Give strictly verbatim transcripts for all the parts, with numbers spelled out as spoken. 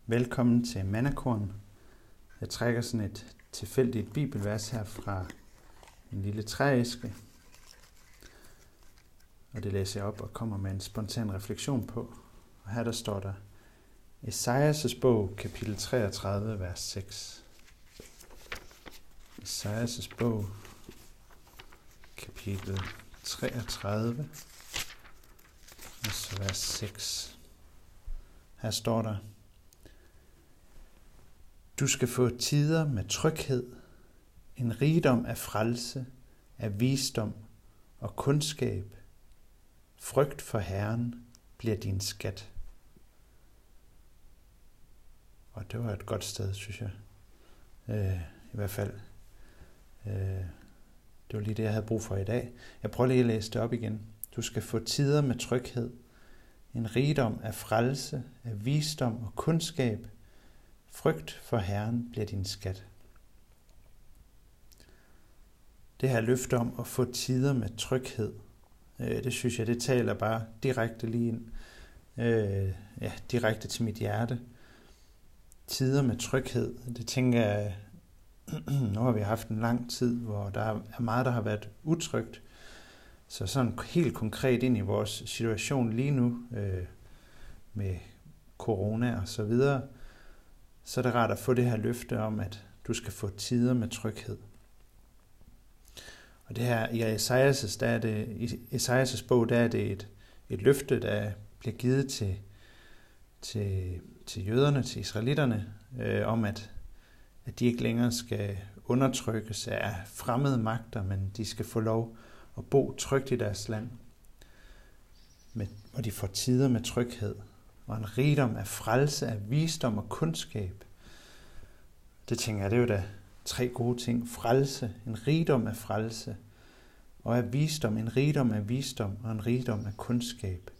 Velkommen til Mannakorn. Jeg trækker sådan et tilfældigt bibelvers her fra en lille trææske, og det læser jeg op og kommer med en spontan refleksion på. Og her der står der Esajas' bog, kapitel treogtredive, vers seks. Esajas' bog, kapitel treogtredive, og så vers seks. Her står der: Du skal få tider med tryghed, en rigdom af frelse, af visdom og kundskab. Frygt for Herren bliver din skat. Og det var et godt sted, synes jeg. Øh, I hvert fald. Øh, det var lige det, jeg havde brug for i dag. Jeg prøver lige at læse det op igen. Du skal få tider med tryghed, en rigdom af frelse, af visdom og kundskab. Frygt for Herren bliver din skat. Det her løfte om at få tider med tryghed, øh, det synes jeg, det taler bare direkte lige ind, øh, ja, direkte til mit hjerte. Tider med tryghed, det tænker jeg, nu har vi haft en lang tid, hvor der er meget, der har været utrygt. Så sådan helt konkret ind i vores situation lige nu, øh, med corona og så videre, så er det rart at få det her løfte om, at du skal få tider med tryghed. Og det her, i Esajas' der er det, i Esajas' bog, der er det et, et løfte, der bliver givet til, til, til jøderne, til israelitterne, øh, om at, at de ikke længere skal undertrykkes af fremmede magter, men de skal få lov at bo trygt i deres land, med, hvor de får tider med tryghed, og en rigdom af frelse, af visdom og kundskab. Det tænker jeg, det er jo da tre gode ting. Frelse, en rigdom af frelse, og af visdom, en rigdom af visdom, og en rigdom af kundskab.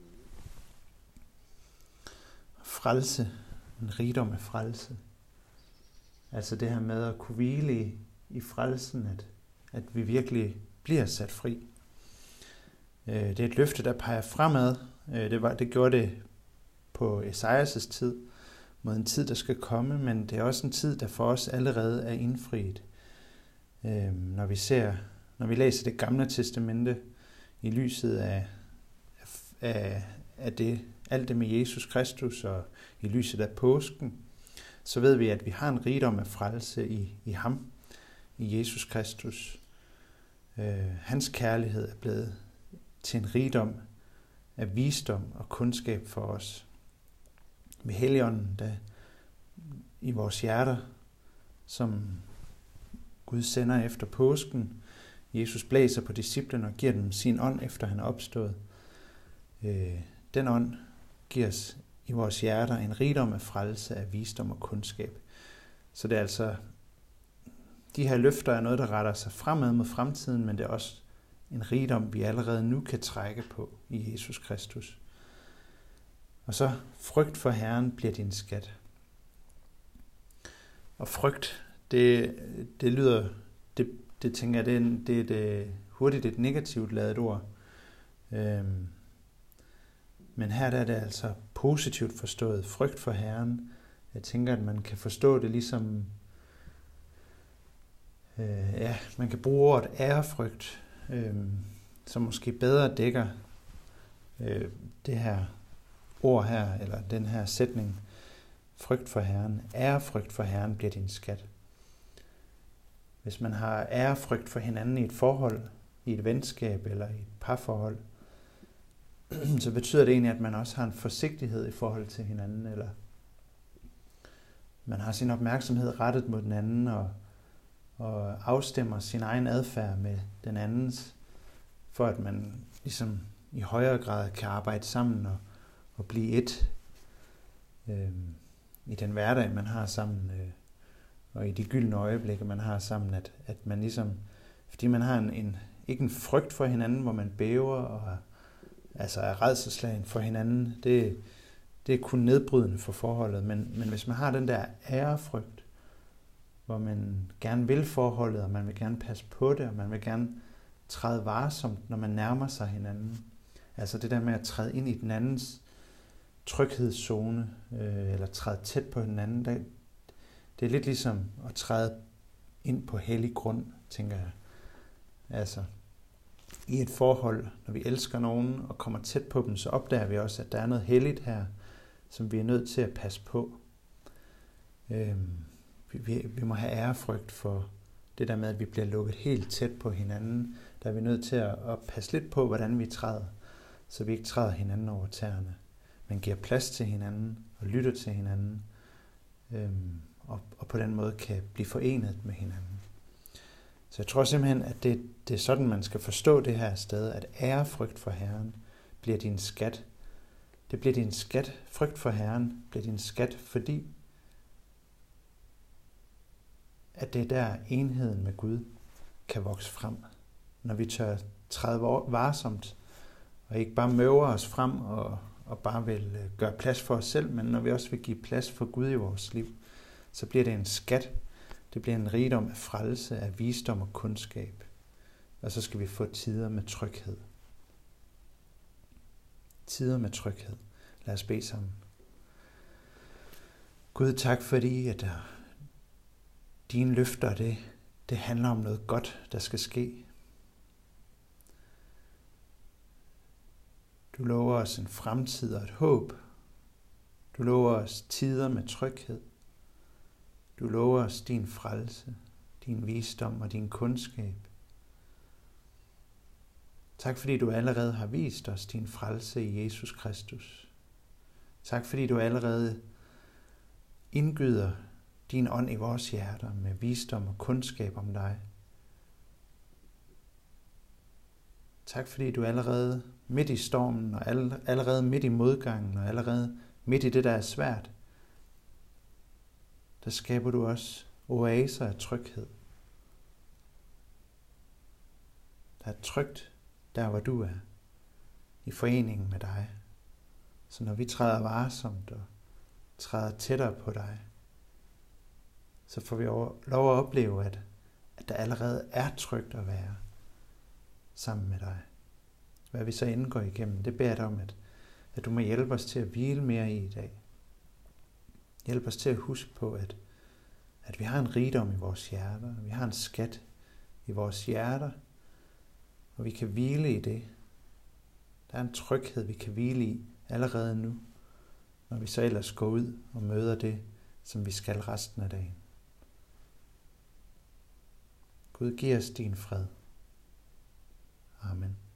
Frelse, en rigdom af frelse. Altså det her med at kunne hvile i, i frelsen, at, at vi virkelig bliver sat fri. Det er et løfte, der peger fremad. Det, var, det gjorde det på Esajas' tid, mod en tid, der skal komme, men det er også en tid, der for os allerede er indfriet. Øhm, når vi ser, når vi læser det gamle testamente i lyset af, af, af det, alt det med Jesus Kristus og i lyset af påsken, så ved vi, at vi har en rigdom af frelse i, i ham, i Jesus Kristus. Øh, hans kærlighed er blevet til en rigdom af visdom og kundskab for os. Med Helligånden, der i vores hjerter, som Gud sender efter påsken. Jesus blæser på disciplene og giver dem sin ånd, efter han er opstået. Øh, den ånd giver os i vores hjerter en rigdom af frelse, af visdom og kundskab. Så det er altså, de her løfter er noget, der retter sig fremad mod fremtiden, men det er også en rigdom, vi allerede nu kan trække på i Jesus Kristus. Og så frygt for Herren bliver din skat. Og frygt, det, det lyder, det, det tænker jeg, det er, det er det, hurtigt et negativt ladet ord. Øhm, men her der er det altså positivt forstået, frygt for Herren. Jeg tænker, at man kan forstå det ligesom, øh, ja, man kan bruge ordet ærefrygt, øh, som måske bedre dækker øh, det her ord her, eller den her sætning, frygt for Herren. Ærefrygt for Herren bliver din skat. Hvis man har ærefrygt for hinanden i et forhold, i et venskab eller i et parforhold, så betyder det egentlig, at man også har en forsigtighed i forhold til hinanden, eller man har sin opmærksomhed rettet mod den anden, og, og afstemmer sin egen adfærd med den andens, for at man ligesom i højere grad kan arbejde sammen og og blive et øh, i den hverdag, man har sammen, øh, og i de gyldne øjeblikke, man har sammen, at, at man ligesom, fordi man har en, en, ikke en frygt for hinanden, hvor man bæver og altså er rædselsslagen for hinanden, det, det er kun nedbrydende for forholdet, men, men hvis man har den der ærefrygt, hvor man gerne vil forholdet, og man vil gerne passe på det, og man vil gerne træde varsomt, når man nærmer sig hinanden, altså det der med at træde ind i den andens tryghedszone, øh, eller træde tæt på hinanden. Det, det er lidt ligesom at træde ind på hellig grund, tænker jeg. Altså, i et forhold, når vi elsker nogen og kommer tæt på dem, så opdager vi også, at der er noget helligt her, som vi er nødt til at passe på. Øhm, vi, vi, vi må have ærefrygt for det der med, at vi bliver lukket helt tæt på hinanden. Der er vi nødt til at, at passe lidt på, hvordan vi træder, så vi ikke træder hinanden over tæerne, men giver plads til hinanden og lytter til hinanden, øhm, og, og på den måde kan blive forenet med hinanden. Så jeg tror simpelthen, at det, det er sådan, man skal forstå det her sted, at ærefrygt for Herren bliver din skat. Det bliver din skat. Frygt for Herren bliver din skat, fordi at det er der enheden med Gud kan vokse frem. Når vi tør træde varsomt, og ikke bare møver os frem og, og bare vil gøre plads for os selv, men når vi også vil give plads for Gud i vores liv, så bliver det en skat. Det bliver en rigdom af frelse, af visdom og kundskab. Og så skal vi få tider med tryghed. Tider med tryghed. Lad os bede sammen. Gud, tak fordi, at der, dine løfter, det, det handler om noget godt, der skal ske. Du lover os en fremtid og et håb. Du lover os tider med tryghed. Du lover os din frelse, din visdom og din kundskab. Tak fordi du allerede har vist os din frelse i Jesus Kristus. Tak fordi du allerede indgyder din ånd i vores hjerter med visdom og kundskab om dig. Tak fordi du allerede midt i stormen og allerede midt i modgangen og allerede midt i det, der er svært, der skaber du også oaser af tryghed. Der er trygt der, hvor du er, i foreningen med dig. Så når vi træder varsomt og træder tættere på dig, så får vi lov at opleve, at, at der allerede er trygt at være sammen med dig. Hvad vi så indgår igennem, det beder jeg dig om, at, at du må hjælpe os til at hvile mere i i dag. Hjælp os til at huske på, at, at vi har en rigdom i vores hjerter, vi har en skat i vores hjerter, og vi kan hvile i det. Der er en tryghed, vi kan hvile i allerede nu, når vi så ellers går ud og møder det, som vi skal resten af dagen. Gud, giv os din fred. Amen.